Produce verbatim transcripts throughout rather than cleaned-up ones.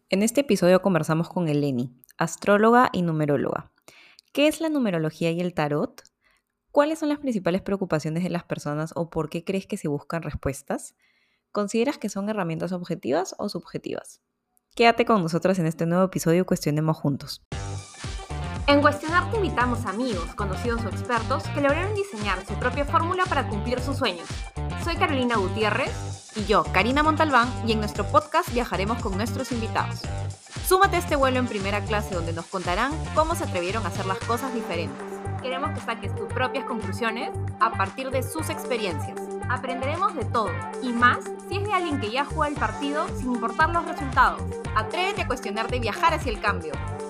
En este episodio conversamos con Eleni, astróloga y numeróloga. ¿Qué es la numerología y el tarot? ¿Cuáles son las principales preocupaciones de las personas o por qué crees que se buscan respuestas? ¿Consideras que son herramientas objetivas o subjetivas? Quédate con nosotros en este nuevo episodio y cuestionemos juntos. En Cuestionar te invitamos a amigos, conocidos o expertos que lograron diseñar su propia fórmula para cumplir sus sueños. Soy Carolina Gutiérrez. Y yo, Karina Montalbán, y en nuestro podcast viajaremos con nuestros invitados. Súmate a este vuelo en primera clase donde nos contarán cómo se atrevieron a hacer las cosas diferentes. Queremos que saques tus propias conclusiones a partir de sus experiencias. Aprenderemos de todo y más si es de alguien que ya juega el partido sin importar los resultados. Atrévete a cuestionarte y viajar hacia el cambio.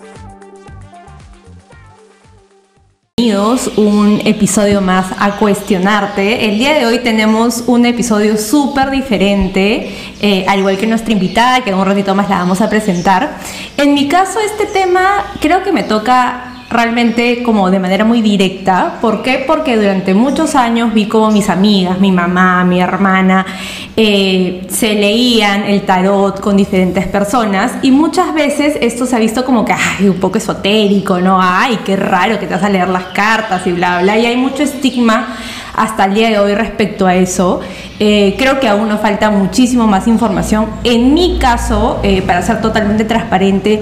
Bienvenidos un episodio más a Cuestionarte. El día de hoy tenemos un episodio súper diferente, eh, al igual que nuestra invitada, que en un ratito más la vamos a presentar. En mi caso, este tema creo que me toca realmente como de manera muy directa. ¿Por qué? Porque durante muchos años vi como mis amigas, mi mamá, mi hermana, eh, se leían el tarot con diferentes personas y muchas veces esto se ha visto como que ay, un poco esotérico, ¿no? Ay, qué raro que te vas a leer las cartas y bla, bla, y hay mucho estigma hasta el día de hoy respecto a eso. Eh, creo que aún nos falta muchísimo más información. En mi caso, eh, para ser totalmente transparente,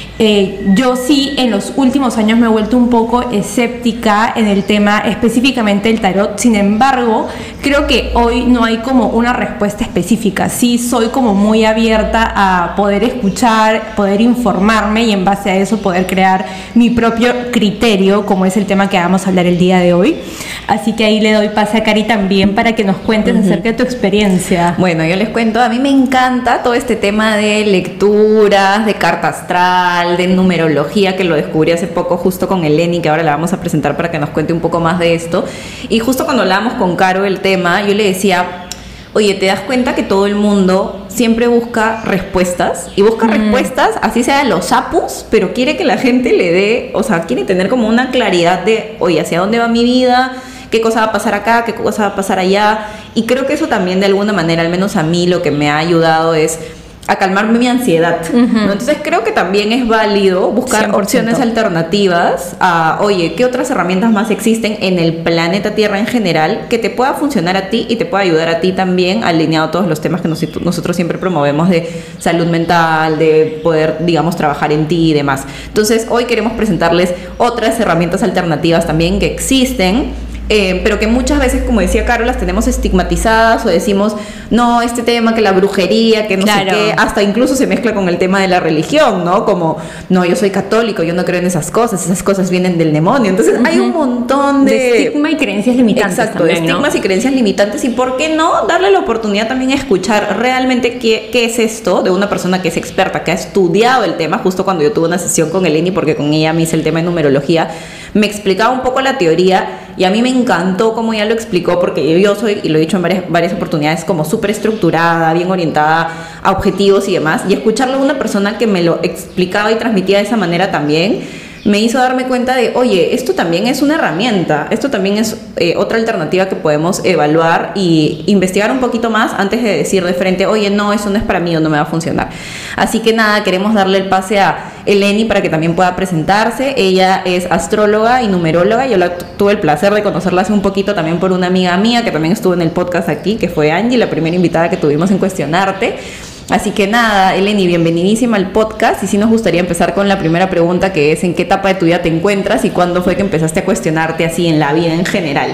Eh, yo sí en los últimos años me he vuelto un poco escéptica en el tema específicamente del tarot. Sin embargo, creo que hoy no hay como una respuesta específica. Sí soy como muy abierta a poder escuchar, poder informarme y en base a eso poder crear mi propio criterio, como es el tema que vamos a hablar el día de hoy. Así que ahí le doy pase a Cari también para que nos cuentes uh-huh. acerca de tu experiencia. Bueno, yo les cuento, a mí me encanta todo este tema de lecturas, de carta astral, de numerología, que lo descubrí hace poco justo con Eleni, que ahora la vamos a presentar para que nos cuente un poco más de esto. Y justo cuando hablábamos con Caro el tema, yo le decía, oye, ¿te das cuenta que todo el mundo siempre busca respuestas? Y busca mm. respuestas, así sea los sapos, pero quiere que la gente le dé, o sea, quiere tener como una claridad de, oye, ¿hacia dónde va mi vida? ¿Qué cosa va a pasar acá? ¿Qué cosa va a pasar allá? Y creo que eso también de alguna manera, al menos a mí, lo que me ha ayudado es a calmarme mi ansiedad, uh-huh. ¿no? Entonces creo que también es válido buscar cien por ciento opciones alternativas a, oye, ¿qué otras herramientas más existen en el planeta Tierra en general que te pueda funcionar a ti y te pueda ayudar a ti también, alineado a todos los temas que nos, nosotros siempre promovemos de salud mental, de poder, digamos, trabajar en ti y demás? Entonces hoy queremos presentarles otras herramientas alternativas también que existen, Eh, pero que muchas veces, como decía Caro, las tenemos estigmatizadas o decimos, no, este tema que la brujería, que no claro. sé qué, hasta incluso se mezcla con el tema de la religión, ¿no? Como, no, yo soy católico, yo no creo en esas cosas, esas cosas vienen del demonio. Entonces uh-huh. hay un montón de... de estigma y creencias limitantes. Exacto, también, de estigmas ¿no? y creencias limitantes. Y por qué no darle la oportunidad también a escuchar realmente qué, qué es esto de una persona que es experta, que ha estudiado el tema. Justo cuando yo tuve una sesión con Eleni, porque con ella me hice el tema de numerología, me explicaba un poco la teoría y a mí me encantó como ella lo explicó, porque yo soy, y lo he dicho en varias, varias oportunidades, como súper estructurada, bien orientada a objetivos y demás, y escucharle a una persona que me lo explicaba y transmitía de esa manera también, me hizo darme cuenta de, oye, esto también es una herramienta, esto también es eh, otra alternativa que podemos evaluar y investigar un poquito más antes de decir de frente, oye, no, eso no es para mí o no me va a funcionar. Así que nada, queremos darle el pase a Eleni para que también pueda presentarse. Ella es astróloga y numeróloga. Yo la tuve el placer de conocerla hace un poquito también por una amiga mía que también estuvo en el podcast aquí, que fue Angie, la primera invitada que tuvimos en Cuestionarte. Así que nada, Eleni, bienvenidísima al podcast y sí nos gustaría empezar con la primera pregunta, que es ¿en qué etapa de tu vida te encuentras y cuándo fue que empezaste a cuestionarte así en la vida en general?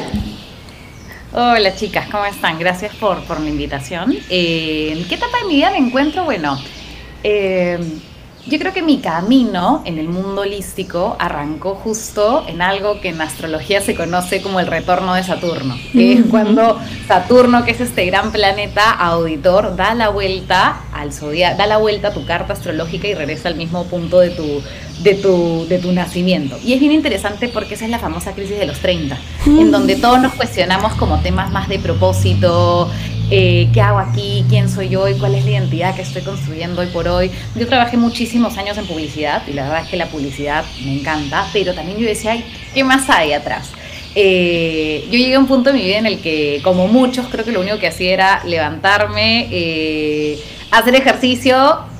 Hola chicas, ¿cómo están? Gracias por, por la invitación. Eh, ¿En qué etapa de mi vida me encuentro? Bueno, eh, yo creo que mi camino en el mundo holístico arrancó justo en algo que en astrología se conoce como el retorno de Saturno, que es cuando Saturno, que es este gran planeta auditor, da la vuelta al zodiaco, da la vuelta a tu carta astrológica y regresa al mismo punto de tu, de tu, de tu nacimiento. Y es bien interesante porque esa es la famosa crisis de los treinta, en donde todos nos cuestionamos como temas más de propósito, Eh, qué hago aquí, quién soy yo y cuál es la identidad que estoy construyendo hoy por hoy. Yo trabajé muchísimos años en publicidad y la verdad es que la publicidad me encanta, pero también yo decía, ay, ¿qué más hay atrás? Eh, yo llegué a un punto en mi vida en el que, como muchos, creo que lo único que hacía era levantarme, eh, hacer ejercicio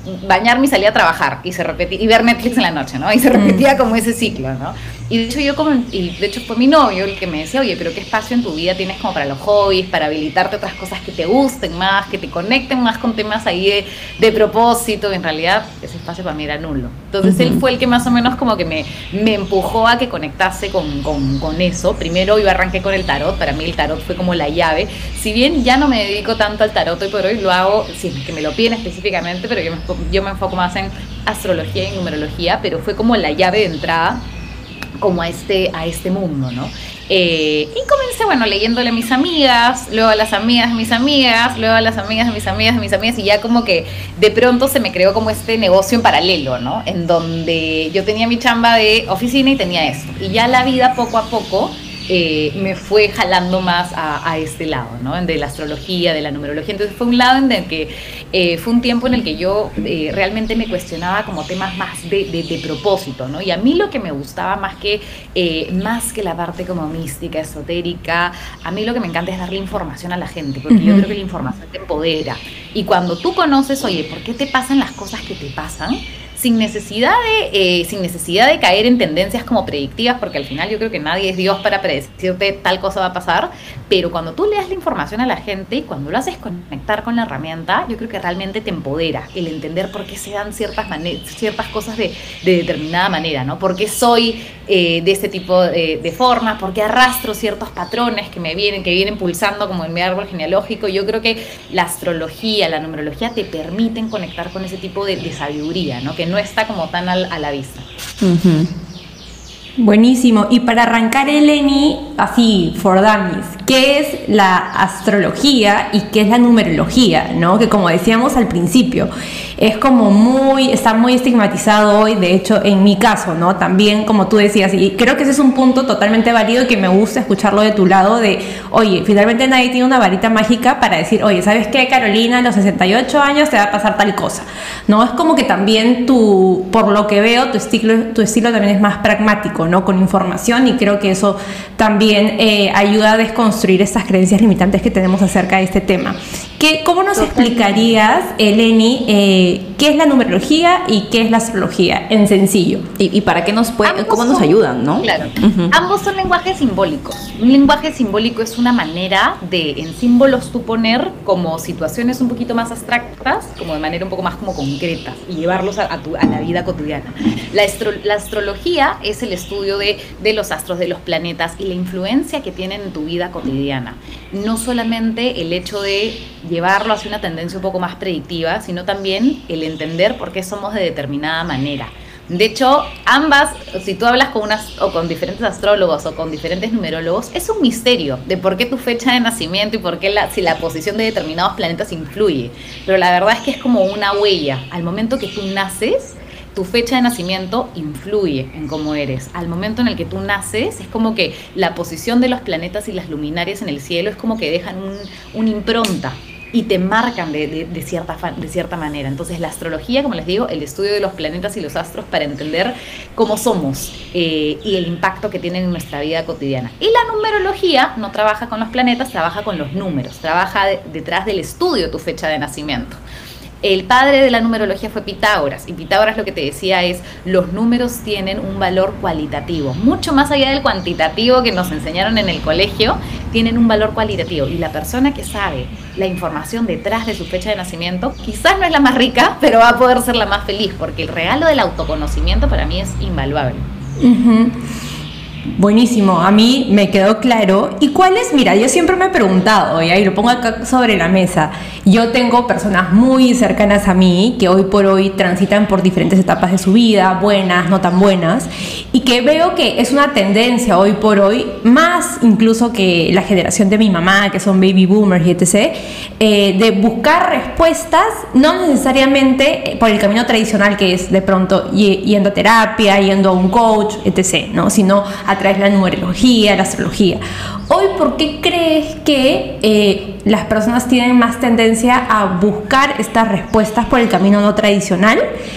bañarme y salir a trabajar y se repetía, y ver Netflix en la noche, ¿no? Y se repetía mm. como ese ciclo, ¿no? Y de hecho yo como, y de hecho fue mi novio el que me decía, oye, pero ¿qué espacio en tu vida tienes como para los hobbies, para habilitarte otras cosas que te gusten más, que te conecten más con temas ahí de, de propósito? En realidad ese espacio para mí era nulo. Entonces uh-huh. él fue el que más o menos como que me, me empujó a que conectase con, con, con eso. Primero yo arranqué con el tarot, para mí el tarot fue como la llave. Si bien ya no me dedico tanto al tarot hoy por hoy, lo hago, si es que me lo piden específicamente, pero yo me, yo me enfoco más en astrología y numerología, pero fue como la llave de entrada como a este, a este mundo, ¿no? Eh, y comencé, bueno, leyéndole a mis amigas, luego a las amigas de mis amigas, luego a las amigas de mis amigas de mis amigas, y ya como que de pronto se me creó como este negocio en paralelo, ¿no? En donde yo tenía mi chamba de oficina y tenía esto. Y ya la vida poco a poco eh, me fue jalando más a, a este lado, ¿no? De la astrología, de la numerología. Entonces fue un lado en el que eh, fue un tiempo en el que yo eh, realmente me cuestionaba como temas más de, de, de propósito, ¿no? Y a mí lo que me gustaba más que, eh, más que la parte como mística, esotérica, a mí lo que me encanta es darle información a la gente, porque uh-huh. yo creo que la información te empodera. Y cuando tú conoces, oye, ¿por qué te pasan las cosas que te pasan? Sin necesidad, de, eh, sin necesidad de caer en tendencias como predictivas, porque al final yo creo que nadie es Dios para predecirte tal cosa va a pasar, pero cuando tú le das la información a la gente y cuando lo haces conectar con la herramienta, yo creo que realmente te empodera el entender por qué se dan ciertas, ciertas cosas de, de determinada manera, ¿no? Por qué soy eh, de este tipo de, de formas, por qué arrastro ciertos patrones que me vienen, que vienen pulsando como en mi árbol genealógico. Yo creo que la astrología, la numerología te permiten conectar con ese tipo de, de sabiduría, ¿no? Que no está como tan al, a la vista. Uh-huh. Buenísimo. Y para arrancar, Eleni, así, for dummies, ¿qué es la astrología y qué es la numerología? ¿No? Que como decíamos al principio, es como muy, está muy estigmatizado hoy, de hecho, en mi caso, ¿no? También, como tú decías, y creo que ese es un punto totalmente válido y que me gusta escucharlo de tu lado, de, oye, finalmente nadie tiene una varita mágica para decir, oye, ¿sabes qué, Carolina? A los sesenta y ocho años te va a pasar tal cosa, ¿no? Es como que también tú, por lo que veo, tu estilo, tu estilo también es más pragmático, ¿no? Con información, y creo que eso también eh, ayuda a desconstruir estas creencias limitantes que tenemos acerca de este tema. ¿Qué, ¿Cómo nos explicarías, Eleni, eh, qué es la numerología y qué es la astrología, en sencillo? ¿Y, y para qué nos puede, cómo nos ayudan, no? Claro. Uh-huh. Ambos son lenguajes simbólicos. Un lenguaje simbólico es una manera de, en símbolos, tú poner como situaciones un poquito más abstractas, como de manera un poco más como concretas, y llevarlos a, a, tu, a la vida cotidiana. La, astro, la astrología es el estudio de, de los astros, de los planetas y la influencia que tienen en tu vida cotidiana. No solamente el hecho de llevarlo hacia una tendencia un poco más predictiva, sino también el entender por qué somos de determinada manera. De hecho, ambas, si tú hablas con unas o con diferentes astrólogos o con diferentes numerólogos, es un misterio de por qué tu fecha de nacimiento y por qué la, si la posición de determinados planetas influye. Pero la verdad es que es como una huella. Al momento que tú naces, tu fecha de nacimiento influye en cómo eres. Al momento en el que tú naces, es como que la posición de los planetas y las luminarias en el cielo es como que dejan un, una impronta y te marcan de, de, de, cierta, de cierta manera. Entonces la astrología, como les digo, el estudio de los planetas y los astros para entender cómo somos eh, y el impacto que tienen en nuestra vida cotidiana. Y la numerología no trabaja con los planetas, trabaja con los números, trabaja de, detrás del estudio de tu fecha de nacimiento. El padre de la numerología fue Pitágoras, y Pitágoras lo que te decía es, los números tienen un valor cualitativo, mucho más allá del cuantitativo que nos enseñaron en el colegio, tienen un valor cualitativo, y la persona que sabe la información detrás de su fecha de nacimiento, quizás no es la más rica, pero va a poder ser la más feliz, porque el regalo del autoconocimiento para mí es invaluable. Uh-huh. Buenísimo, a mí me quedó claro. ¿Y cuál es? Mira, yo siempre me he preguntado, y ahí lo pongo acá sobre la mesa, yo tengo personas muy cercanas a mí que hoy por hoy transitan por diferentes etapas de su vida, buenas, no tan buenas, y que veo que es una tendencia hoy por hoy, más incluso que la generación de mi mamá, que son baby boomers y etcétera, eh, de buscar respuestas, no necesariamente por el camino tradicional que es de pronto yendo a terapia, yendo a un coach, etcétera, ¿no? Sino a través de la numerología, la astrología. Hoy, ¿por qué crees que eh, las personas tienen más tendencia a buscar estas respuestas por el camino no tradicional?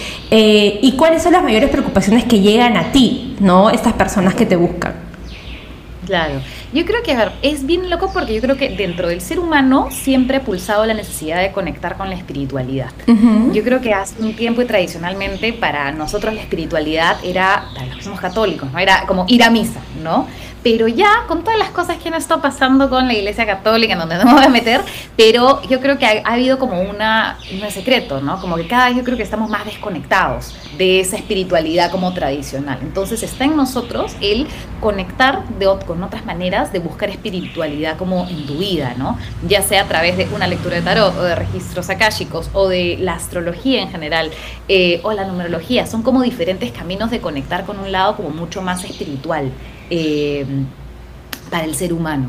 Eh, ¿Y cuáles son las mayores preocupaciones que llegan a ti, ¿no? Estas personas que te buscan. Claro. Yo creo que, a ver, es bien loco porque yo creo que dentro del ser humano siempre ha pulsado la necesidad de conectar con la espiritualidad. Uh-huh. Yo creo que hace un tiempo y tradicionalmente para nosotros la espiritualidad era, para los que somos católicos, ¿no? Era como ir a misa, ¿no? Pero ya con todas las cosas que han estado pasando con la Iglesia Católica, en donde no me voy a meter, pero yo creo que ha, ha habido como una, no es secreto, ¿no? Como que cada vez yo creo que estamos más desconectados de esa espiritualidad como tradicional. Entonces está en nosotros el conectar de, con otras maneras de buscar espiritualidad como en tu vida, ¿no? Ya sea a través de una lectura de tarot o de registros akáshicos o de la astrología en general eh, o la numerología. Son como diferentes caminos de conectar con un lado como mucho más espiritual. Eh, para el ser humano.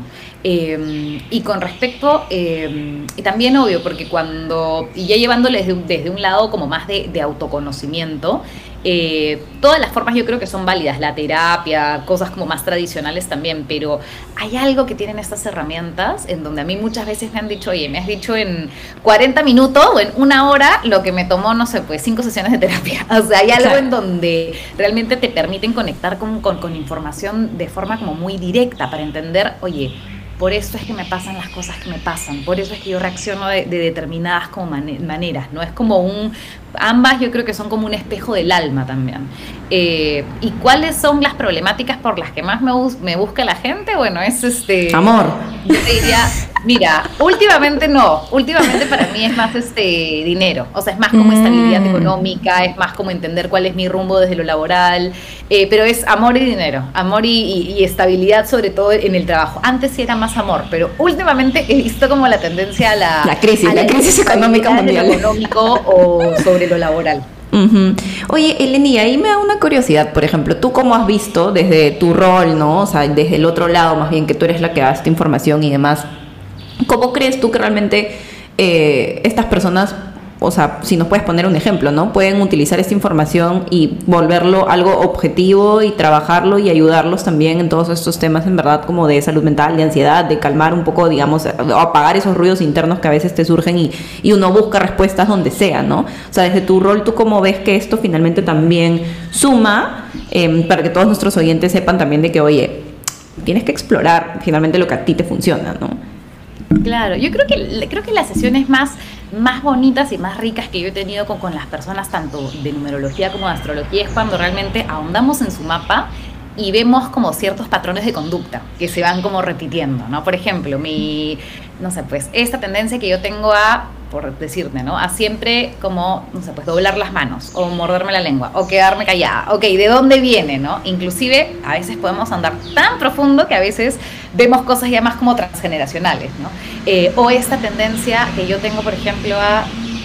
Eh, y con respecto, eh, y también obvio, porque cuando, y ya llevándole desde, desde un lado como más de, de autoconocimiento, eh, todas las formas yo creo que son válidas, la terapia, cosas como más tradicionales también, pero hay algo que tienen estas herramientas en donde a mí muchas veces me han dicho, oye, me has dicho en cuarenta minutos o en una hora lo que me tomó, no sé, pues cinco sesiones de terapia. O sea, hay algo claro. en donde realmente te permiten conectar con, con, con información de forma como muy directa para entender, oye, por eso es que me pasan las cosas que me pasan, por eso es que yo reacciono de, de determinadas como man- maneras, ¿no? Es como un, ambas yo creo que son como un espejo del alma también. Eh, ¿Y cuáles son las problemáticas por las que más me, bus- me busca la gente? Bueno, es este... Amor. Yo te diría, mira, últimamente no, últimamente para mí es más este dinero, o sea, es más como estabilidad mm. económica, es más como entender cuál es mi rumbo desde lo laboral, eh, pero es amor y dinero, amor y, y, y estabilidad sobre todo en el trabajo. Antes sí era más amor, pero últimamente he visto como la tendencia a la... La crisis, a la, la crisis económica mundial. Lo económico o sobre lo laboral. Uh-huh. Oye, Eleni, ahí me da una curiosidad, por ejemplo, tú cómo has visto desde tu rol, ¿no? O sea, desde el otro lado, más bien que tú eres la que da esta información y demás, ¿cómo crees tú que realmente eh, estas personas, o sea, si nos puedes poner un ejemplo, ¿no? Pueden utilizar esta información y volverlo algo objetivo y trabajarlo y ayudarlos también en todos estos temas, en verdad, como de salud mental, de ansiedad, de calmar un poco, digamos, o apagar esos ruidos internos que a veces te surgen y, y uno busca respuestas donde sea, ¿no? O sea, desde tu rol, ¿tú cómo ves que esto finalmente también suma eh, para que todos nuestros oyentes sepan también de que, oye, tienes que explorar finalmente lo que a ti te funciona, ¿no? Claro, yo creo que creo que las sesiones más, más bonitas y más ricas que yo he tenido con, con las personas, tanto de numerología como de astrología, es cuando realmente ahondamos en su mapa y vemos como ciertos patrones de conducta que se van como repitiendo, ¿no? Por ejemplo, mi, no sé, pues esta tendencia que yo tengo a, por decirte, ¿no? A siempre como, no sé, pues doblar las manos o morderme la lengua o quedarme callada. Ok, ¿de dónde viene, no? Inclusive a veces podemos andar tan profundo que a veces vemos cosas ya más como transgeneracionales, ¿no? Eh, o esta tendencia que yo tengo, por ejemplo, a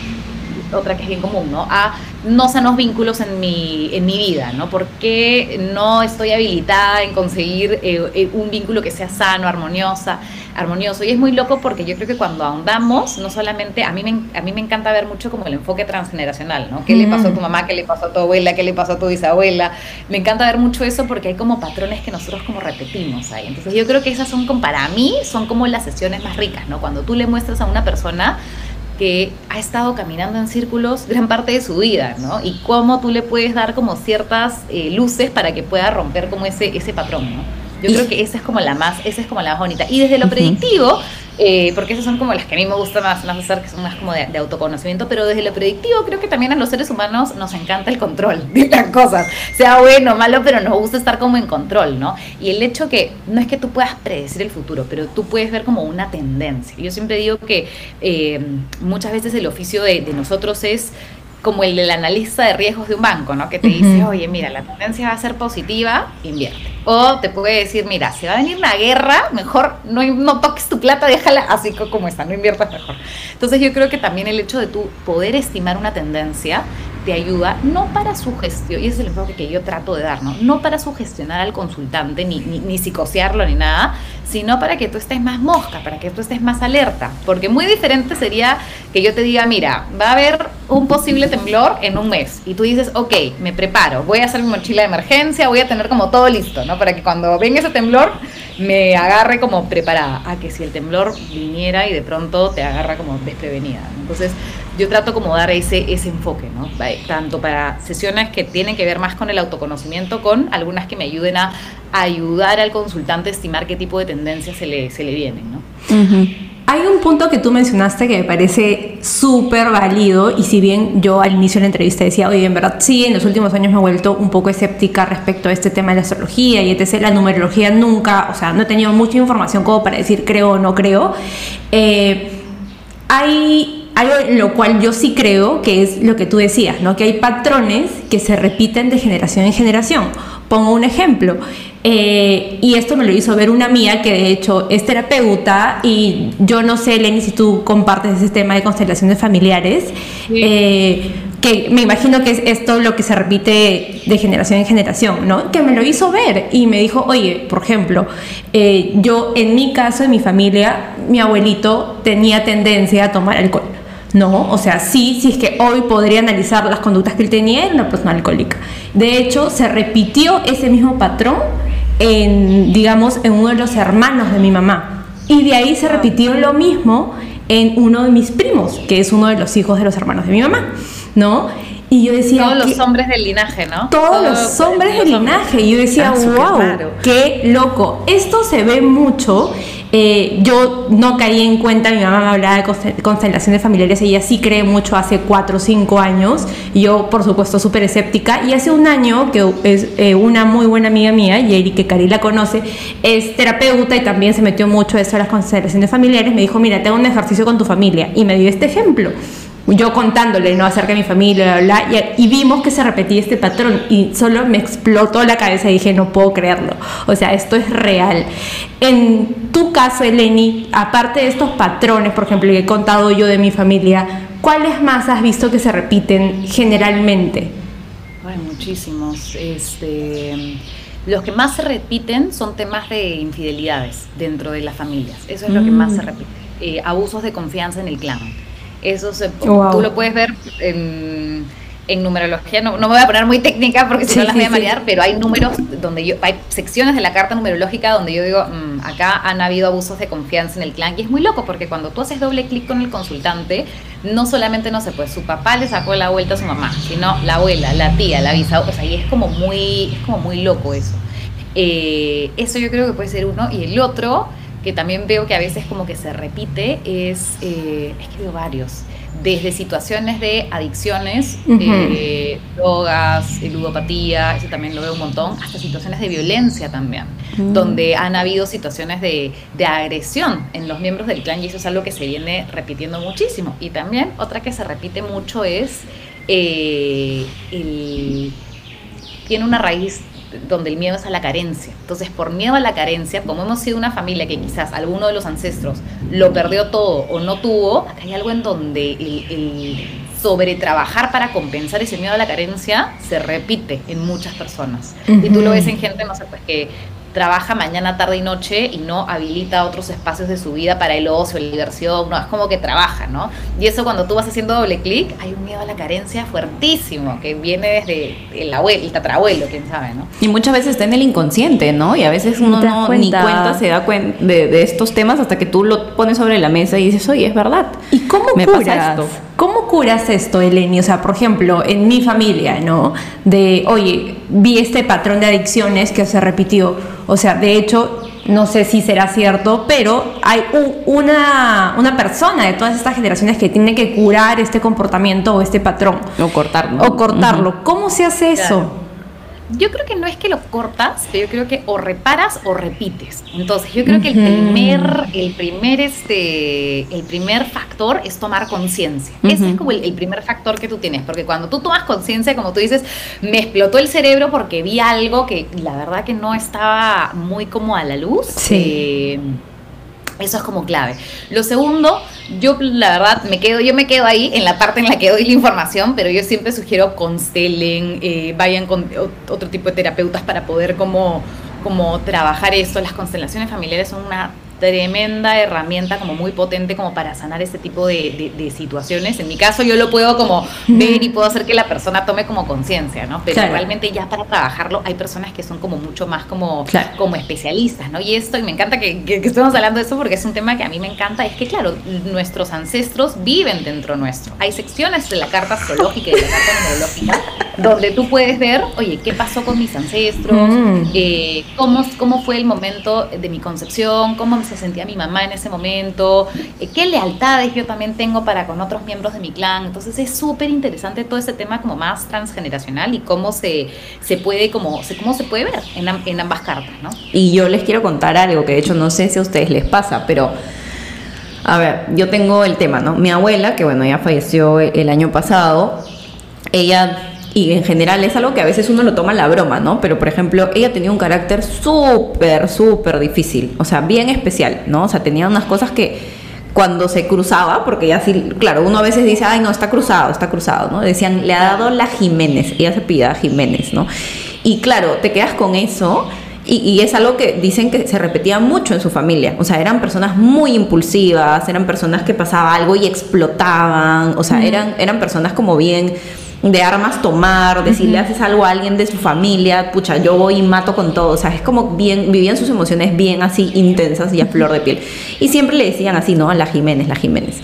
otra que es bien común, ¿no? A no sanos vínculos en mi, en mi vida, ¿no? Porque no estoy habilitada en conseguir eh, un vínculo que sea sano, armoniosa, armonioso. Y es muy loco porque yo creo que cuando ahondamos, no solamente, a mí me, a mí me encanta ver mucho como el enfoque transgeneracional, ¿no? ¿Qué mm. le pasó a tu mamá? ¿Qué le pasó a tu abuela? ¿Qué le pasó a tu bisabuela? Me encanta ver mucho eso porque hay como patrones que nosotros como repetimos ahí. Entonces yo creo que esas son, como para mí, son como las sesiones más ricas, ¿no? Cuando tú le muestras a una persona que ha estado caminando en círculos gran parte de su vida, ¿no? Y cómo tú le puedes dar como ciertas eh, luces para que pueda romper como ese, ese patrón, ¿no? Yo y creo que esa es como la más, esa es como la más bonita. Y desde lo uh-huh. predictivo, eh, porque esas son como las que a mí me gusta más, más hacer, que son más como de, de autoconocimiento, pero desde lo predictivo creo que también a los seres humanos nos encanta el control de las cosas, sea bueno o malo, pero nos gusta estar como en control, ¿no? Y el hecho que, no es que tú puedas predecir el futuro, pero tú puedes ver como una tendencia. Yo siempre digo que eh, muchas veces el oficio de, de nosotros es como el del analista de riesgos de un banco, ¿no? Que te dice, uh-huh. oye, mira, la tendencia va a ser positiva, invierte. O te puede decir, mira, si va a venir una guerra, mejor no, no toques tu plata, déjala así como está, no inviertas mejor. Entonces yo creo que también el hecho de tú poder estimar una tendencia te ayuda, no para sugestionar, y ese es el enfoque que yo trato de dar, ¿no? No para sugestionar al consultante, ni, ni, ni psicosearlo, ni nada, sino para que tú estés más mosca, para que tú estés más alerta. Porque muy diferente sería que yo te diga, mira, va a haber un posible temblor en un mes, y tú dices, ok, me preparo, voy a hacer mi mochila de emergencia, voy a tener como todo listo, ¿no? Para que cuando venga ese temblor, me agarre como preparada, a que si el temblor viniera y de pronto te agarra como desprevenida, ¿no? Entonces, yo trato como dar ese, ese enfoque, ¿no? Tanto para sesiones que tienen que ver más con el autoconocimiento, con algunas que me ayuden a ayudar al consultante a estimar qué tipo de tendencias se le, se le vienen, ¿no? Uh-huh. Hay un punto que tú mencionaste que me parece súper válido, y si bien yo al inicio de la entrevista decía, oye, en verdad sí, en los últimos años me he vuelto un poco escéptica respecto a este tema de la astrología y etcétera, la numerología nunca, o sea, no he tenido mucha información como para decir creo o no creo. Eh, hay algo en lo cual yo sí creo, que es lo que tú decías, ¿no? Que hay patrones que se repiten de generación en generación. Pongo un ejemplo, eh, y esto me lo hizo ver una amiga que de hecho es terapeuta, y yo no sé, Lenny, si tú compartes ese tema de constelaciones familiares, sí. eh, que me imagino que es esto lo que se repite de generación en generación, ¿no? Que me lo hizo ver y me dijo, oye, por ejemplo, eh, yo en mi caso, en mi familia, mi abuelito tenía tendencia a tomar alcohol. No, o sea, sí, sí es que hoy podría analizar las conductas que él tenía, era una persona alcohólica. De hecho, se repitió ese mismo patrón en, digamos, en uno de los hermanos de mi mamá. Y de ahí se repitió lo mismo en uno de mis primos, que es uno de los hijos de los hermanos de mi mamá, ¿no? Y yo decía... Todos los hombres del linaje, ¿no? Todos Todo los hombres del linaje. Y yo decía, ah, wow, raro. Qué loco. Esto se ve mucho. Eh, yo no caí en cuenta, mi mamá me hablaba de constelaciones familiares, ella sí cree mucho hace cuatro o cinco años, yo por supuesto súper escéptica, y hace un año que es eh, una muy buena amiga mía, Yeri, que Cari la conoce, es terapeuta y también se metió mucho eso de las constelaciones familiares, me dijo, mira, te hago un ejercicio con tu familia, y me dio este ejemplo. Yo contándole, ¿no?, acerca de mi familia, bla, bla, y, y vimos que se repetía este patrón y solo me explotó la cabeza y dije, no puedo creerlo, o sea, esto es real. En tu caso, Eleni, aparte de estos patrones, por ejemplo, que he contado yo de mi familia, ¿cuáles más has visto que se repiten generalmente? Hay muchísimos. Este, los que más se repiten son temas de infidelidades dentro de las familias, eso es mm. lo que más se repite. Eh, abusos de confianza en el clan. Eso se, wow. Tú lo puedes ver en, en numerología, no, no me voy a poner muy técnica porque si sí, no las sí, voy a marear, sí. Pero hay números donde yo, hay secciones de la carta numerológica donde yo digo, mmm, acá han habido abusos de confianza en el clan, y es muy loco porque cuando tú haces doble clic con el consultante, no solamente, no sé, pues su papá le sacó la vuelta a su mamá, sino la abuela, la tía, la bisabuela, o sea, y es como muy, es como muy loco eso. Eh, eso yo creo que puede ser uno, y el otro que también veo que a veces como que se repite, es, eh, es que veo varios, desde situaciones de adicciones, uh-huh. eh, drogas, ludopatía, eso también lo veo un montón, hasta situaciones de violencia también, uh-huh. donde han habido situaciones de, de agresión en los miembros del clan, y eso es algo que se viene repitiendo muchísimo. Y también otra que se repite mucho es, eh, el, tiene una raíz donde el miedo es a la carencia. Entonces, por miedo a la carencia, como hemos sido una familia que quizás alguno de los ancestros lo perdió todo o no tuvo, acá hay algo en donde el, el sobretrabajar para compensar ese miedo a la carencia se repite en muchas personas. Uh-huh. Y tú lo ves en gente, no sé, pues que trabaja mañana, tarde y noche y no habilita otros espacios de su vida para el ocio, la diversión, no, es como que trabaja, ¿no? Y eso, cuando tú vas haciendo doble clic, hay un miedo a la carencia fuertísimo que viene desde el abuelo, el tatarabuelo, quién sabe, ¿no? Y muchas veces está en el inconsciente, ¿no? Y a veces uno no cuenta? ni cuenta se da cuenta de, de estos temas hasta que tú lo pones sobre la mesa y dices, oye, es verdad. ¿Y cómo me curas pasa esto? ¿Cómo curas esto, Eleni? O sea, por ejemplo, en mi familia, ¿no? De, oye, vi este patrón de adicciones que se repitió. O sea, de hecho, no sé si será cierto, pero hay un, una, una persona de todas estas generaciones que tiene que curar este comportamiento o este patrón. O cortarlo. O cortarlo. Uh-huh. ¿Cómo se hace eso? Claro. Yo creo que no es que lo cortas, pero yo creo que o reparas o repites. Entonces, yo creo que el primer, el primer, este, el primer factor es tomar conciencia. Uh-huh. Ese es como el, el primer factor que tú tienes, porque cuando tú tomas conciencia, como tú dices, me explotó el cerebro porque vi algo que la verdad que no estaba muy como a la luz. Sí. Eh, Eso es como clave. Lo segundo, yo la verdad me quedo, yo me quedo ahí en la parte en la que doy la información, pero yo siempre sugiero constelen, eh, vayan con otro tipo de terapeutas para poder como, como trabajar esto. Las constelaciones familiares son una tremenda herramienta como muy potente como para sanar este tipo de, de, de situaciones. En mi caso yo lo puedo como ver y puedo hacer que la persona tome como conciencia, ¿no? Pero claro, realmente ya para trabajarlo hay personas que son como mucho más como, claro, como especialistas, ¿no? Y esto, y me encanta que, que, que estemos hablando de eso porque es un tema que a mí me encanta, es que claro, nuestros ancestros viven dentro nuestro. Hay secciones de la carta astrológica y de la carta numerológica donde tú puedes ver, oye, ¿qué pasó con mis ancestros? Mm. Eh, ¿cómo, ¿Cómo fue el momento de mi concepción? ¿Cómo se sentía mi mamá en ese momento? Eh, ¿Qué lealtades yo también tengo para con otros miembros de mi clan? Entonces es súper interesante todo ese tema como más transgeneracional y cómo se, se puede como se, cómo se puede ver en, en ambas cartas, ¿no? Y yo les quiero contar algo que de hecho no sé si a ustedes les pasa, pero a ver, yo tengo el tema, ¿no? Mi abuela, que bueno, ya falleció el año pasado, ella... Y en general es algo que a veces uno lo toma a la broma, ¿no? Pero, por ejemplo, ella tenía un carácter súper, súper difícil. O sea, bien especial, ¿no? O sea, tenía unas cosas que cuando se cruzaba, porque ya sí, claro, uno a veces dice, ay, no, está cruzado, está cruzado, ¿no? Decían, le ha dado la Jiménez. Ella se pida Jiménez, ¿no? Y claro, te quedas con eso... Y, y es algo que dicen que se repetía mucho en su familia. O sea, eran personas muy impulsivas, eran personas que pasaba algo y explotaban. O sea, uh-huh. eran, eran personas como bien... de armas tomar, de si uh-huh. le haces algo a alguien de su familia, pucha, yo voy y mato con todo. O sea, es como bien, vivían sus emociones bien así intensas y a flor de piel. Y siempre le decían así, ¿no? La Jiménez, la Jiménez.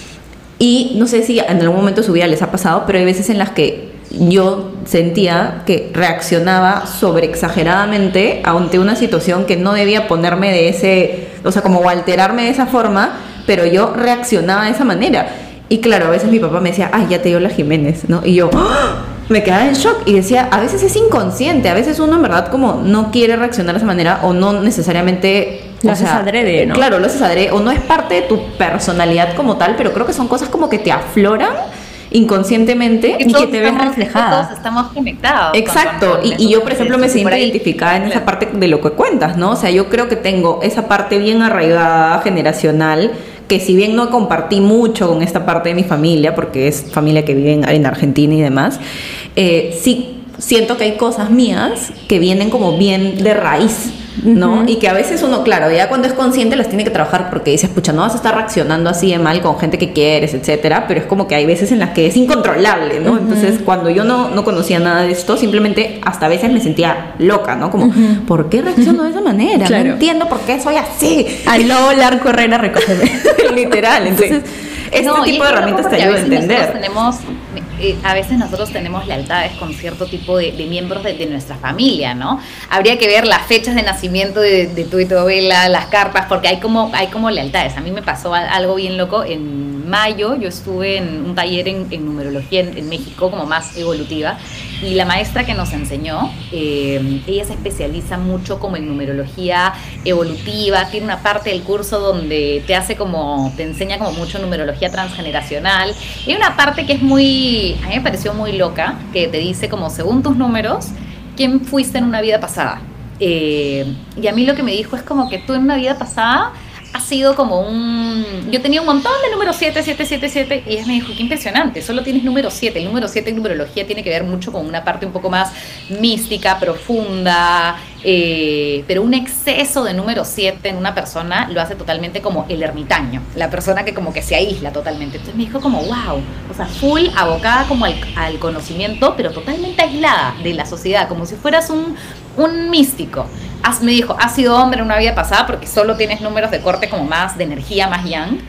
Y no sé si en algún momento de su vida les ha pasado, pero hay veces en las que yo sentía que reaccionaba sobreexageradamente ante una situación que no debía ponerme de ese, o sea, como alterarme de esa forma, pero yo reaccionaba de esa manera. Y claro, a veces mi papá me decía, ay, ya te dio la Jiménez, ¿no? Y yo ¡oh! me quedaba en shock y decía, a veces es inconsciente, a veces uno en verdad como no quiere reaccionar de esa manera o no necesariamente... Lo haces adrede, ¿no? Claro, lo haces adrede o no es parte de tu personalidad como tal, pero creo que son cosas como que te afloran inconscientemente y que te ves reflejada. Todos estamos conectados. Exacto, con, con, con y, y yo por ejemplo me siento identificada en esa parte de lo que cuentas, ¿no? O sea, yo creo que tengo esa parte bien arraigada, generacional, que si bien no compartí mucho con esta parte de mi familia, porque es familia que vive en, en Argentina y demás, eh, sí siento que hay cosas mías que vienen como bien de raíz, ¿no? Uh-huh. Y que a veces uno, claro, ya cuando es consciente las tiene que trabajar porque dices, pucha, no vas a estar reaccionando así de mal con gente que quieres, etcétera, pero es como que hay veces en las que es incontrolable, ¿no? Uh-huh. Entonces, cuando yo no, no conocía nada de esto, simplemente hasta a veces me sentía loca, ¿no? Como, uh-huh. ¿por qué reacciono de esa manera? Claro. No entiendo por qué soy así. Al lobo largo Herrera, recógeme. Literal, entonces... Sí. Este no, tipo de herramientas te ayuda a entender. Tenemos, eh, a veces nosotros tenemos lealtades con cierto tipo de, de miembros de, de nuestra familia, ¿no? Habría que ver las fechas de nacimiento de, de tu y tu abuela, las cartas, porque hay como, hay como lealtades. A mí me pasó algo bien loco. En mayo yo estuve en un taller en, en numerología en, en México, como más evolutiva, y la maestra que nos enseñó, eh, ella se especializa mucho como en numerología evolutiva, tiene una parte del curso donde te hace como, te enseña como mucho numerología transgeneracional, y hay una parte que es muy, a mí me pareció muy loca, que te dice como según tus números, quién fuiste en una vida pasada. Eh, y a mí lo que me dijo es como que tú en una vida pasada ha sido como un... Yo tenía un montón de números siete, siete, siete, siete, y ella me dijo, qué impresionante, solo tienes número siete. El número siete en numerología tiene que ver mucho con una parte un poco más mística, profunda, eh, pero un exceso de número siete en una persona lo hace totalmente como el ermitaño, la persona que como que se aísla totalmente. Entonces me dijo como, wow, o sea, full abocada como al, al conocimiento, pero totalmente aislada de la sociedad, como si fueras un, un místico. Has, me dijo, has sido hombre en una vida pasada porque solo tienes números de corte como más de energía, más yang,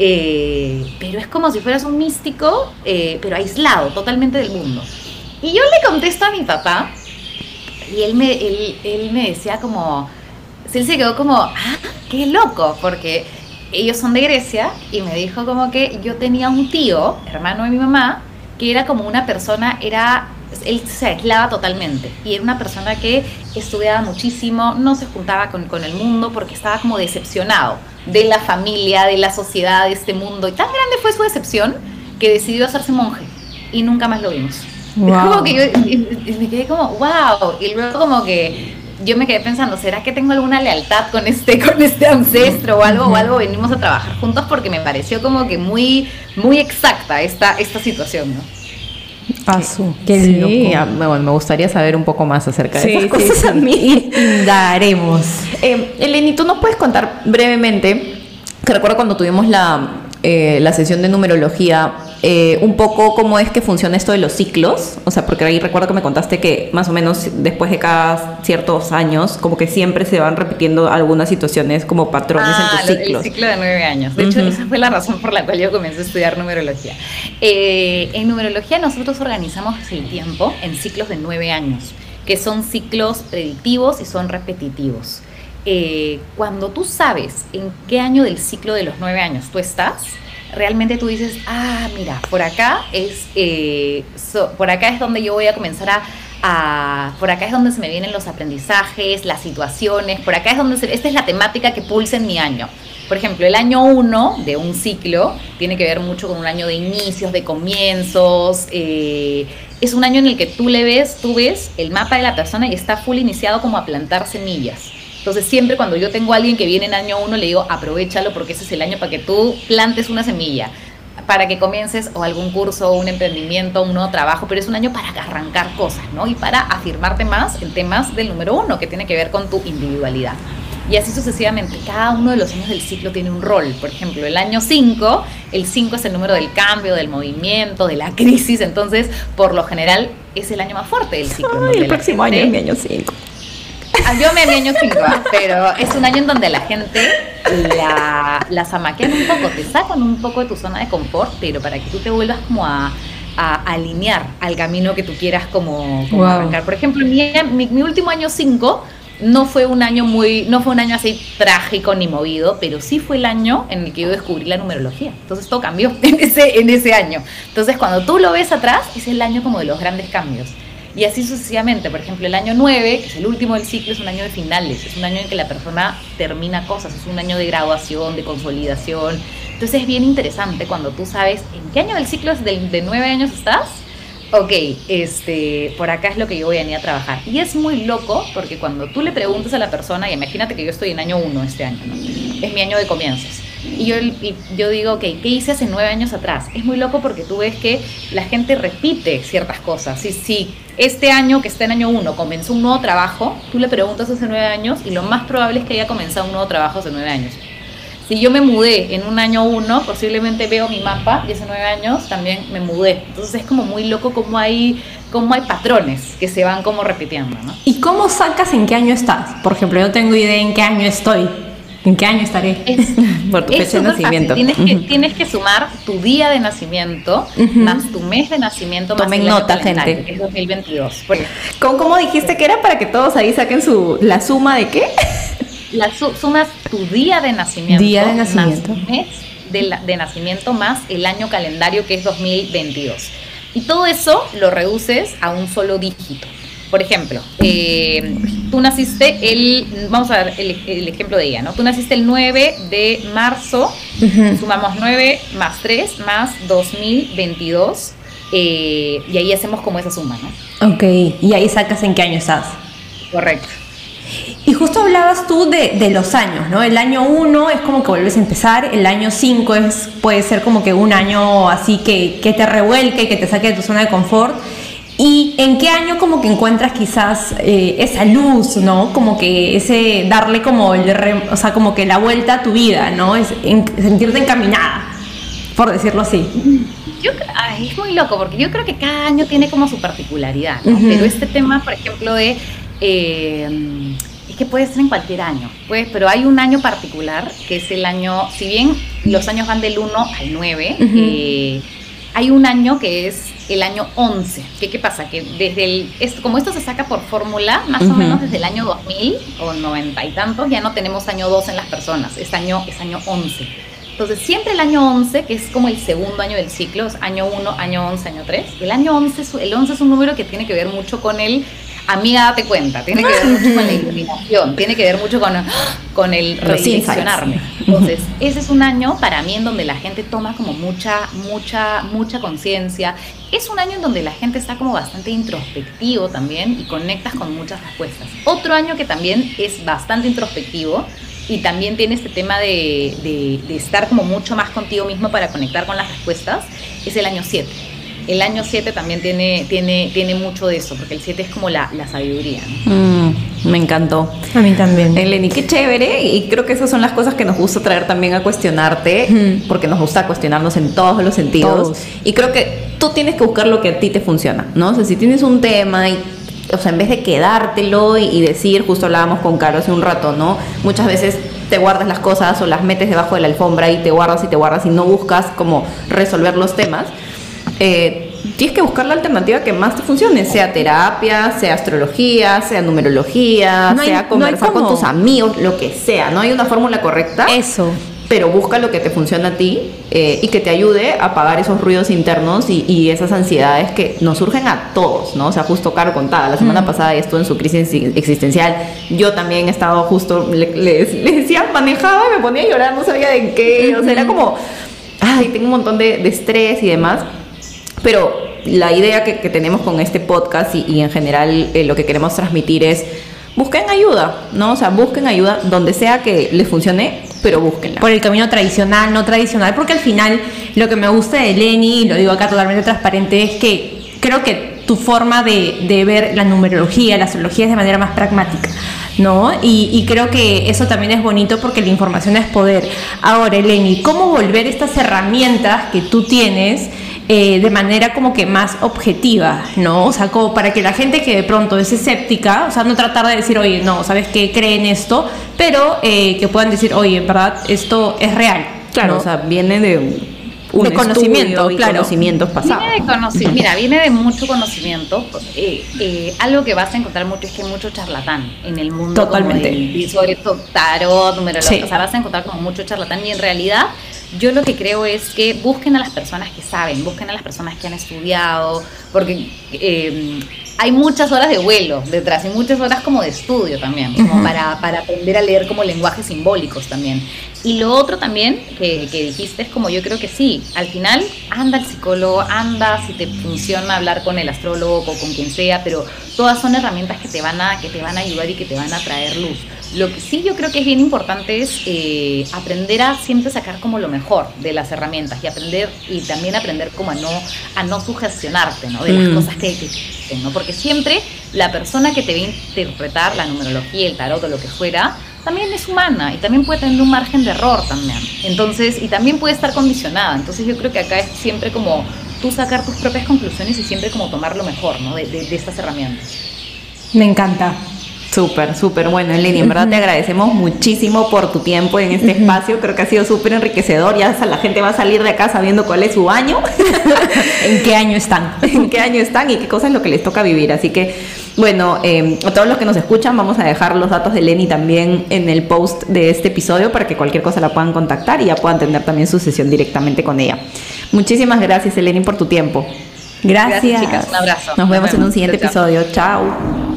eh, pero es como si fueras un místico, eh, pero aislado totalmente del mundo. Y yo le contesto a mi papá y él me, él, él me decía como, él se quedó como, ah, qué loco, porque ellos son de Grecia, y me dijo como que yo tenía un tío, hermano de mi mamá, que era como una persona, era... él se aislaba totalmente y era una persona que estudiaba muchísimo, no se juntaba con, con el mundo porque estaba como decepcionado de la familia, de la sociedad, de este mundo, y tan grande fue su decepción que decidió hacerse monje y nunca más lo vimos. Wow. Es como que yo y, y me quedé como wow, y luego como que yo me quedé pensando, ¿será que tengo alguna lealtad con este con este ancestro o algo? Uh-huh. O algo venimos a trabajar juntos, porque me pareció como que muy muy exacta esta esta situación, ¿no? Asu, qué Sí, loco. a- bueno, me gustaría saber un poco más acerca de Sí, esas sí, cosas sí. a mí. Indagaremos. Eh, Eleni, ¿tú nos puedes contar brevemente, que recuerdo cuando tuvimos la, eh, la sesión de numerología, eh, un poco cómo es que funciona esto de los ciclos? O sea, porque ahí recuerdo que me contaste que más o menos después de cada ciertos años, como que siempre se van repitiendo algunas situaciones como patrones Ah, en tus lo- ciclos. el ciclo de nueve años. De hecho, Ujú. esa fue la razón por la cual yo comencé a estudiar numerología. Eh, en numerología nosotros organizamos el tiempo en ciclos de nueve años, que son ciclos predictivos y son repetitivos. Eh, cuando tú sabes en qué año del ciclo de los nueve años tú estás, realmente tú dices, ah, mira, por acá es, eh, so- por acá es donde yo voy a comenzar a, a- por acá es donde se me vienen los aprendizajes, las situaciones, por acá es donde, se- esta es la temática que pulsa en mi año. Por ejemplo, el año uno de un ciclo tiene que ver mucho con un año de inicios, de comienzos, eh, es un año en el que tú le ves, tú ves el mapa de la persona y está full iniciado como a plantar semillas. Entonces siempre cuando yo tengo a alguien que viene en año uno, le digo, aprovechalo porque ese es el año para que tú plantes una semilla, para que comiences o algún curso, un emprendimiento, un nuevo trabajo, pero es un año para arrancar cosas, ¿no? Y para afirmarte más en temas del número uno, que tiene que ver con tu individualidad. Y así sucesivamente, cada uno de los años del ciclo tiene un rol. Por ejemplo, el año cinco, el cinco es el número del cambio, del movimiento, de la crisis, entonces por lo general es el año más fuerte del ciclo. Ay, donde el la próximo gente- año es mi año cinco. Ah, yo me mi año cinco, pero es un año en donde la gente la, la zamaquean un poco, te sacan un poco de tu zona de confort, pero para que tú te vuelvas como a, a alinear al camino que tú quieras como, como Wow. arrancar. Por ejemplo, mi, mi, mi último año cinco no fue un año muy, no fue un año así trágico ni movido, pero sí fue el año en el que yo descubrí la numerología. Entonces todo cambió en ese, en ese año. Entonces cuando tú lo ves atrás, es el año como de los grandes cambios. Y así sucesivamente. Por ejemplo, el año nueve, que es el último del ciclo, es un año de finales, es un año en que la persona termina cosas, es un año de graduación, de consolidación. Entonces es bien interesante cuando tú sabes en qué año del ciclo de, de nueve años estás. Ok, este, por acá es lo que yo voy a venir a trabajar. Y es muy loco porque cuando tú le preguntas a la persona, y imagínate que yo estoy en año uno este año, ¿no? Es mi año de comienzos. Y yo, y yo digo, ok, ¿qué hice hace nueve años atrás? Es muy loco porque tú ves que la gente repite ciertas cosas. Si, si este año que está en año uno comenzó un nuevo trabajo, tú le preguntas hace nueve años y lo más probable es que haya comenzado un nuevo trabajo hace nueve años. Si yo me mudé en un año uno, posiblemente veo mi mapa y hace nueve años también me mudé. Entonces es como muy loco cómo hay, cómo hay patrones que se van como repitiendo, ¿no? ¿Y cómo sacas en qué año estás? Por ejemplo, yo tengo idea en qué año estoy. ¿En qué año estaré? Es, Por tu es fecha de súper nacimiento. fácil. Tienes, que, Ujú. tienes que sumar tu día de nacimiento Ujú. más tu mes de nacimiento más Tomen el año nota, calendario, gente. que es dos mil veintidós. Porque ¿Cómo, cómo dijiste que era para que todos ahí saquen su la suma de qué? la su- sumas tu día de nacimiento, Día de nacimiento. más tu mes de, la- de nacimiento más el año calendario, que es dos mil veintidós. Y todo eso lo reduces a un solo dígito. Por ejemplo, eh, tú naciste el, vamos a ver el, el ejemplo de ella, ¿no? Tú naciste el nueve de marzo, Ujú. sumamos nueve más tres más dos mil veintidós, eh, y ahí hacemos como esa suma, ¿no? Ok, y ahí sacas en qué año estás. Correcto. Y justo hablabas tú de, de los años, ¿no? El año uno es como que vuelves a empezar, el año cinco es, puede ser como que un año así que, que te revuelque, que te saque de tu zona de confort. ¿Y en qué año como que encuentras quizás eh, esa luz, ¿no? Como que ese darle como el re- o sea, como que la vuelta a tu vida, ¿no? Es en- sentirte encaminada, por decirlo así. Yo, cre- ay, es muy loco porque yo creo que cada año tiene como su particularidad, ¿no? Ujú. Pero este tema, por ejemplo, de eh, es que puede ser en cualquier año, pues, pero hay un año particular que es el año, si bien los años van del uno al nueve, Ujú. eh, hay un año que es el año once. ¿Qué, qué pasa? Que desde el, esto, como esto se saca por fórmula, más o Ujú. menos desde el año dos mil o noventa y tantos, ya no tenemos año dos en las personas, es año, es año once. Entonces, siempre el año once, que es como el segundo año del ciclo, es año uno, año once, año tres. El año once, es- el once es un número que tiene que ver mucho con el, amiga, date cuenta, tiene que ver mucho con la iluminación, tiene que ver mucho con, con el Los redireccionarme. insights. Entonces, ese es un año para mí en donde la gente toma como mucha, mucha, mucha conciencia. Es un año en donde la gente está como bastante introspectivo también y conectas con muchas respuestas. Otro año que también es bastante introspectivo y también tiene este tema de, de, de estar como mucho más contigo mismo para conectar con las respuestas, es el año siete. el año siete también tiene, tiene, tiene mucho de eso, porque el siete es como la, la sabiduría, ¿no? Mm, me encantó. A mí también. Eleni, qué chévere, y creo que esas son las cosas que nos gusta traer también a cuestionarte, Mm. porque nos gusta cuestionarnos en todos los sentidos. Todos. Y creo que tú tienes que buscar lo que a ti te funciona, ¿no? O sea, si tienes un tema y, o sea, en vez de quedártelo y, y decir, justo hablábamos con Caro hace un rato, ¿no? Muchas veces te guardas las cosas o las metes debajo de la alfombra y te guardas y te guardas y no buscas como resolver los temas. Eh, tienes que buscar la alternativa que más te funcione, sea terapia, sea astrología, sea numerología, No hay- sea no conversar hay con como- tus amigos, lo que sea. No hay una fórmula correcta, Eso. pero busca lo que te funciona a ti eh, y que te ayude a apagar esos ruidos internos y, y esas ansiedades que nos surgen a todos, ¿no? O sea, justo Caro contaba, la semana Mm. pasada ella estuvo en su crisis existencial, yo también he estado justo, le, le- le decía, manejaba y me ponía a llorar, no sabía de qué, o sea, era como, ay, tengo un montón de, de estrés y demás, pero la idea que, que tenemos con este podcast y, y en general eh, lo que queremos transmitir es, busquen ayuda, ¿no? O sea, busquen ayuda donde sea que les funcione, pero búsquenla. Por el camino tradicional, no tradicional, porque al final lo que me gusta de Eleni, y lo digo acá totalmente transparente, es que creo que tu forma de, de ver la numerología, la astrología es de manera más pragmática, ¿no? Y, y creo que eso también es bonito porque la información es poder. Ahora, Eleni, ¿cómo volver estas herramientas que tú tienes eh, de manera como que más objetiva, ¿no? O sea, como para que la gente que de pronto es escéptica, o sea, no tratar de decir, oye, no, ¿sabes qué? Creen esto, pero eh, que puedan decir, oye, en verdad, esto es real. Claro, ¿no? o sea, viene de un, un De conocimiento, estudio y claro. conocimientos pasados. Viene de conocimiento, mira, viene de mucho conocimiento. Eh, eh, algo que vas a encontrar mucho es que hay mucho charlatán en el mundo. Totalmente. Como del- y sobre todo tarot, numerología. Sí. O sea, vas a encontrar como mucho charlatán y en realidad yo lo que creo es que busquen a las personas que saben, busquen a las personas que han estudiado, porque eh, hay muchas horas de vuelo detrás y muchas horas como de estudio también, como Ujú. para, para aprender a leer como lenguajes simbólicos también. Y lo otro también que, que dijiste es como yo creo que sí, al final anda el psicólogo, anda si te funciona hablar con el astrólogo o con quien sea, pero todas son herramientas que te van a, que te van a ayudar y que te van a traer luz. Lo que sí yo creo que es bien importante es eh, aprender a siempre sacar como lo mejor de las herramientas y aprender y también aprender como a no, a no sugestionarte, ¿no? De las Mm. cosas que, que existen, ¿no? Porque siempre la persona que te va a interpretar la numerología, el tarot o lo que fuera, también es humana y también puede tener un margen de error también. Entonces, y también puede estar condicionada. Entonces yo creo que acá es siempre como tú sacar tus propias conclusiones y siempre como tomar lo mejor, ¿no? De, de, de estas herramientas. Me encanta. Súper, súper bueno, Eleni. En verdad te agradecemos muchísimo por tu tiempo en este espacio. Creo que ha sido súper enriquecedor. Ya la gente va a salir de acá sabiendo cuál es su año, ¿En qué año están? en qué año están y qué cosa es lo que les toca vivir. Así que, bueno, eh, a todos los que nos escuchan, vamos a dejar los datos de Eleni también en el post de este episodio para que cualquier cosa la puedan contactar y ya puedan tener también su sesión directamente con ella. Muchísimas gracias, Eleni, por tu tiempo. Gracias. Gracias, chicas. Un abrazo. Nos vemos en un siguiente Chao, chao. episodio. Chao.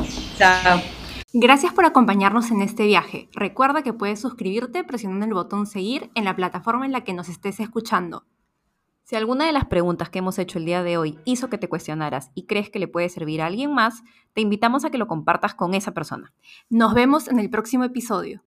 Chao. Gracias por acompañarnos en este viaje. Recuerda que puedes suscribirte presionando el botón seguir en la plataforma en la que nos estés escuchando. Si alguna de las preguntas que hemos hecho el día de hoy hizo que te cuestionaras y crees que le puede servir a alguien más, te invitamos a que lo compartas con esa persona. Nos vemos en el próximo episodio.